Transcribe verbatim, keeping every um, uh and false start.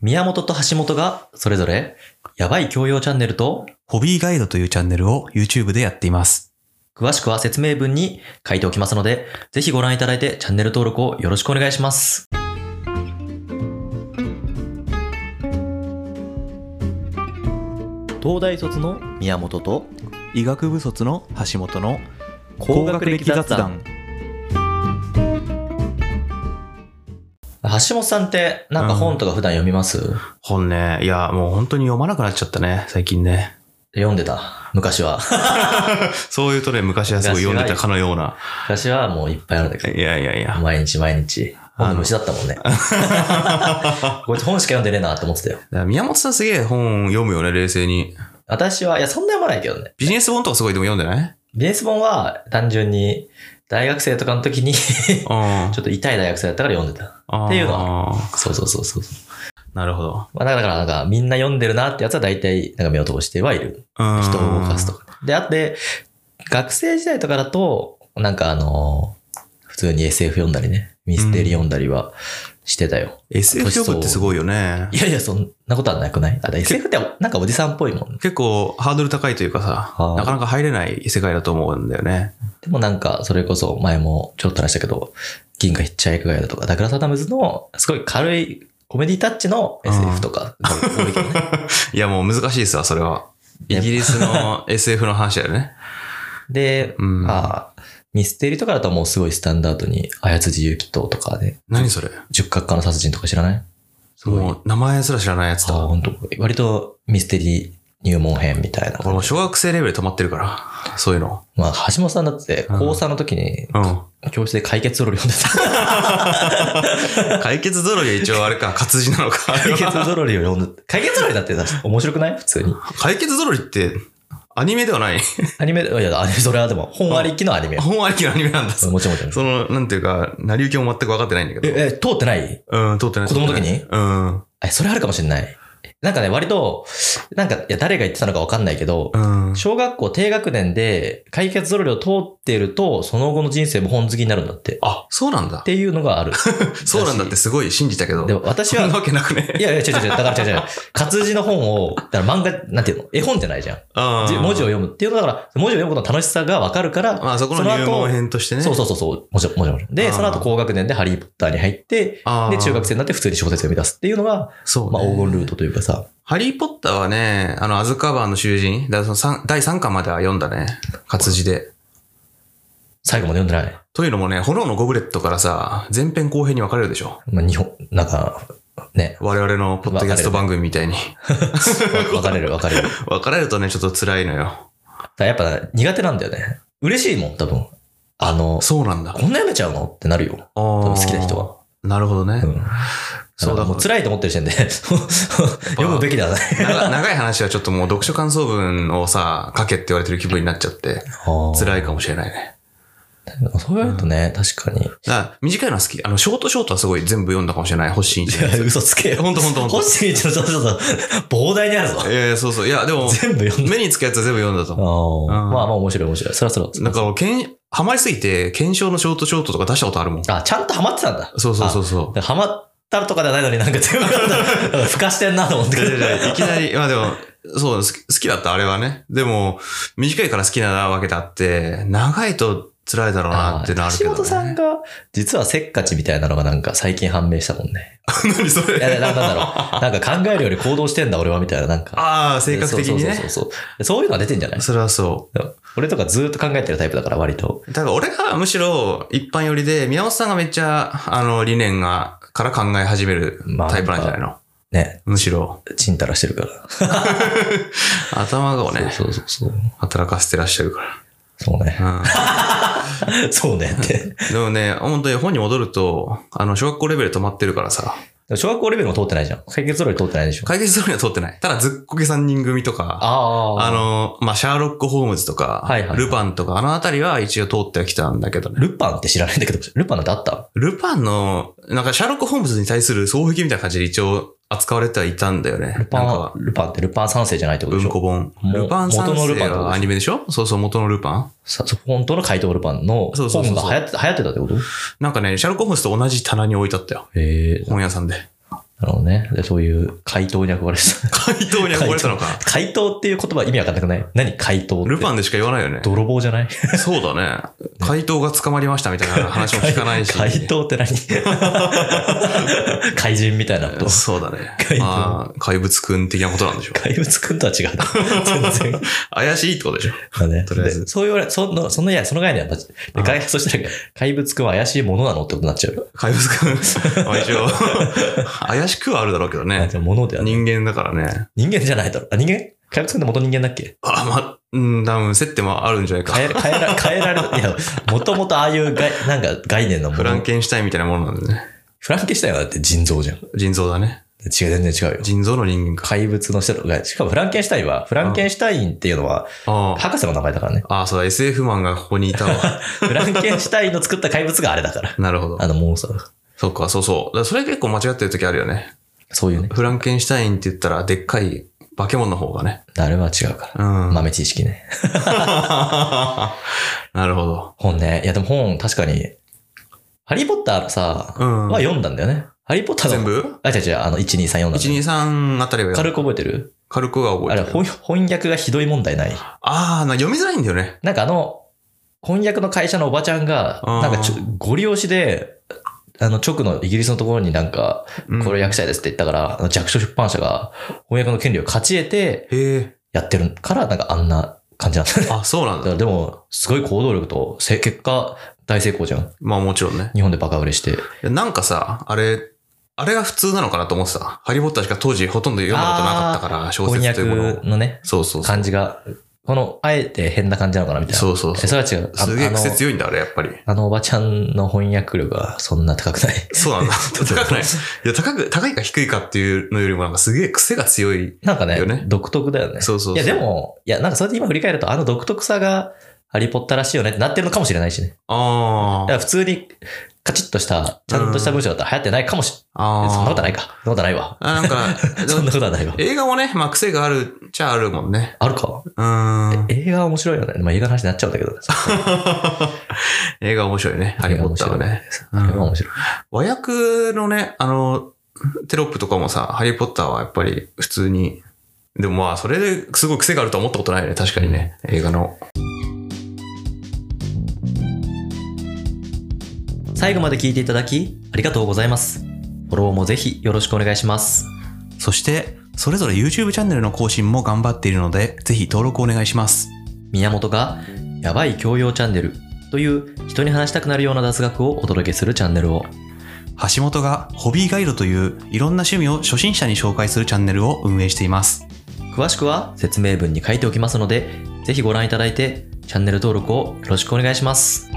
宮本と橋本がそれぞれやばい教養チャンネルとホビーガイドというチャンネルを YouTube でやっています。 詳しくは説明文に書いておきますので、ぜひご覧いただいてチャンネル登録をよろしくお願いします。東大卒の宮本と医学部卒の橋本の高学歴雑談。橋本さんってなんか本とか普段読みます？うん、 本ね。いや、もう本当に読まなくなっちゃったね、最近ね。 読んでた昔は。 そういうとね、昔はすごい読んでたかのような。 昔はもういっぱいあるんだけど。 いやいやいや。 毎日毎日。本の虫だったもんね。こいつ本しか読んでねえなって思ってたよ。 宮本さんすげえ本読むよね、冷静に。 私は、いや、そんな読まないけどね。 ビジネス本とかすごいでも読んでない？ ビジネス本は単純に大学生とかの時にちょっと痛い大学生だったから読んでた。っていうのは。そうそうそうそう。 なるほど。 まあ、だからなんかみんな読んでるなってやつは大体なんか目を通してはいる。人を動かすとか。で、あって、学生時代とかだと、なんかあのー、普通に エスエフ 読んだりね、ミステリー読んだりはしてたよ。 エスエフ 読むってすごいよね。 いやいや、そんなことはなくない？あ、エスエフ ってなんかおじさんっぽいもん、ね。 結構ハードル高いというかさ、なかなか入れない世界だと思うんだよね。 でもなんか、それこそ前もちょっと話したけど、銀河ヒッチハイクガイドとか、ダグラス・アダムズのすごい軽いコメディタッチの エスエフ とか多いけどね。 いやもう難しいっすわ、それは。イギリスの エスエフ の話だよね。 で、うん、あミステリーとかだともうすごいスタンダードに、綾辻ゆきととかで。 何それ？ 十角化の殺人とか知らない？ もう名前すら知らないやつだ。 あ、本当。割とミステリー入門編みたいな。 俺も小学生レベル止まってるから、そういうの。 まあ、橋本さんだって高さんの時に、うん、教室で解決ぞろり読んでた。解決ぞろりは一応あれか、活字なのか。 解決ぞろりを読んで、解決ぞろりだって面白くない？普通に。 解決ぞろりって、アニメではない？ アニメ、いや、アニメ、それはでも、本ありきのアニメ。 本ありきのアニメなんだ。 もちろんもちろん。 その、なんていうか、成り行きも全く分かってないんだけど。 え、え、通ってない？ うん、通ってない。 子供の時に？ うん。 え、それあるかもしれない。なんかね、割と、なんか、いや、誰が言ってたのか分かんないけど、うん、小学校低学年で解決ぞろりを通っていると、その後の人生も本好きになるんだって。 あ、そうなんだ。 っていうのがある。 そうなんだってすごい信じたけど。 でも私は。 そんなわけなくね。 いやいや、違う違う、だから違う違う。活字の本を、だから漫画、なんていうの、絵本じゃないじゃん。文字を読むっていうのだから、文字を読むことの楽しさが分かるから、 まあそこの入門編としてね。 そうそうそうそう、もちろん、もちろん。で、その後高学年でハリーポッターに入って、で、中学生になって普通に小説を読み出すっていうのが、そう、ね、まあ黄金ルートというかさ。 ハリーポッターはね、あの、アズカバンの囚人、だからそのだいさんかんまでは読んだね。活字で。 最後まで読んでない。 というのもね、炎のゴブレットからさ、前編後編に分かれるでしょ。 まあ、日本、なんか、ね。 我々のポッドキャスト番組みたいに。 分かれる分かれる。 分かれるとね、ちょっと辛いのよ。 だやっぱ苦手なんだよね。嬉しいもん、多分。あの、 そうなんだ。 こんな読めちゃうのってなるよ。多分好きな人は。 なるほどね。うん、 そうだ、もう辛いと思ってる時点で読むべきではない長。長い話はちょっともう読書感想文をさ、書けって言われてる気分になっちゃって、辛いかもしれないね。 そう言われるとね、うん、確かに。だから短いのは好き。あの、ショートショートはすごい全部読んだかもしれない。星新一。 いや、嘘つけよ。 ほんとほんとほんと。 星新一のショートショート、膨大にあるぞ。 いやいや、そうそう。いや、でも、 全部読んだ。 目につくやつは全部読んだと思う。 あ、うん、まあまあ面白い面白い。そらそら。 だから、けん、ハマりすぎて、検証のショートショートとか出したことあるもん。 あ、ちゃんとハマってたんだ。 そうそうそうそう。 ハマったとかではないのになんか全部読んだ。ふかしてんなと思って。 いきなり、まあでも、そう、好きだった、あれはね。でも、短いから好きなわけであって、長いと辛いだろうなってなるけど、ね。橋本さんが、実はせっかちみたいなのがなんか最近判明したもんね。 何それ？ いや、なんだろう。なんか考えるより行動してんだ俺はみたいな、なんか。 ああ、性格的にね。 そうそうそうそう。そういうのは出てんじゃない？ それはそう。 俺とかずっと考えてるタイプだから割と。 だから俺がむしろ一般寄りで、宮本さんがめっちゃ、あの、理念が、から考え始めるタイプなんじゃないの？まあ、 ね。 むしろ。 ちんたらしてるから。 頭をね、 そうそうそう。 働かせてらっしゃるから。 そうね。うん、そうねって。 でもね、本当に本に戻ると、あの、小学校レベル止まってるからさ。 小学校レベルも通ってないじゃん。解決ぞろり通ってないでしょ。 解決ぞろりは通ってない。ただ、ずっこけさんにん組とか、あ, あの、まあ、シャーロック・ホームズとか、はいはいはい、ルパンとか、あのあたりは一応通ってはきたんだけどね。 ルパンって知らないんだけど、ルパンなんてあった？ ルパンの、なんかシャーロック・ホームズに対する双璧みたいな感じで一応扱われてはいたんだよね。 ルパン、ルパンってルパン三世じゃないってことでしょ？ うんこ本。ルパン三世はアニメでしょ？そうそう、元のルパン。 さ、本当の怪盗ルパンの本が流行って、流行ってたってこと？ なんかね、シャーロック・ホームズと同じ棚に置いてあったよ。 へー。 本屋さんで。 ななるほどね。で、そういう怪盗に憧れてた。 怪盗に憧れたのか。 怪盗っていう言葉意味わかんなくない？何怪盗って。 ルパンでしか言わないよね。 泥棒じゃない？ そうだね。怪盗が捕まりましたみたいな話も聞かないし。 怪盗って何？怪人みたいなこと。 そうだね。ああ、怪物くん的なことなんでしょう。 怪物くんとは違う。全然。 怪しいってことでしょ。 だね。 とりあえず。 そう言われ、その、その、いや、その概念は、で、そしたら、怪物くんは怪しいものなのってことになっちゃうよ。 怪物くん。まあ一応、怪しくはあるだろうけどね。 ものではね。 人間だからね。 人間じゃないだろ。あ、人間？怪物くんって元人間だっけ？ あ、ま、うん、多分、接点もあるんじゃないか。 変え、変えら、変えられる。いや、もともとああいうが、なんか概念のもの。 フランケンシュタインみたいなものなんでね。 フランケンシュタインはだって腎臓じゃん。 腎臓だね。 違う、全然違うよ。 腎臓の人間か。 怪物の人が、しかもフランケンシュタインは、フランケンシュタインっていうのは、博士の名前だからね。 ああ、そうだ、エスエフ マンがここにいたわ。 フランケンシュタインの作った怪物があれだから。 なるほど。 あのモンスター。 そっか、そうそう。だそれ結構間違ってる時あるよね。 そういうね。 フランケンシュタインって言ったら、でっかい化け物の方がね。 あれは違うから。うん。豆知識ね。 なるほど。 本ね。いやでも本、確かに、ハリーポッターのさ、うん、は読んだんだよね。ハリーポッターの。 全部あ、違う違う、あの、いち、に、さん、よんだ、ね。 いち、に、さんあたりは軽く覚えてる？ 軽くは覚えてる。 あれ、翻訳がひどい問題ない？ ああ、な読みづらいんだよね。 なんかあの、翻訳の会社のおばちゃんが、なんかちょ、ご利用しで、あの、直のイギリスのところになんか、これ訳したいですって言ったから、うん、弱小出版社が翻訳の権利を勝ち得て、やってるから、なんかあんな感じなんだね。 あ、そうなんだ。 でも、すごい行動力と、結果、大成功じゃん。 まあもちろんね。 日本でバカ売れして。 なんかさ、あれ、あれが普通なのかなと思ってた。ハリーポッターしか当時ほとんど読んだことなかったから、小説というもの。 翻訳のね、 そうそうそう感じが、この、あえて変な感じなのかなみたいな。 そうそうそう。 それは違う。 すげえ癖強いんだ、あれ、やっぱり。 あのおばちゃんの翻訳力はそんな高くない。 そうなんだ。高くない。いや、高く、高いか低いかっていうのよりもなんかすげえ癖が強い、ね。 なんかね、独特だよね。 そうそうそう。 いや、でも、いや、なんかそれで今振り返ると、あの独特さが、ハリーポッターらしいよねってなってるのかもしれないしね。 ああ。 だから普通に、カチッとした、ちゃんとした文章だったら流行ってないかもしれない。ああ。そんなことないか。そんなことないわ。 あなんか、 そんなことはないわ。 映画もね、まあ癖があるっちゃあるもんね。 あるか。 うん。 映画は面白いよね。まあ映画の話になっちゃうんだけど、ね。 映画面白いね。ハリーポッターはね。 映画面白い。 和訳のね、あの、テロップとかもさ、ハリーポッターはやっぱり普通に、でもまあそれですごい癖があると思ったことないね。確かにね。映画の。 最後まで聞いていただきありがとうございます。フォローもぜひよろしくお願いします。 そして、それぞれ YouTube チャンネルの更新も頑張っているので、ぜひ登録お願いします。 宮本がやばい教養チャンネルという人に話したくなるような雑学をお届けするチャンネルを、 橋本がホビーガイドといういろんな趣味を初心者に紹介するチャンネルを運営しています。 詳しくは説明文に書いておきますので、ぜひご覧いただいてチャンネル登録をよろしくお願いします。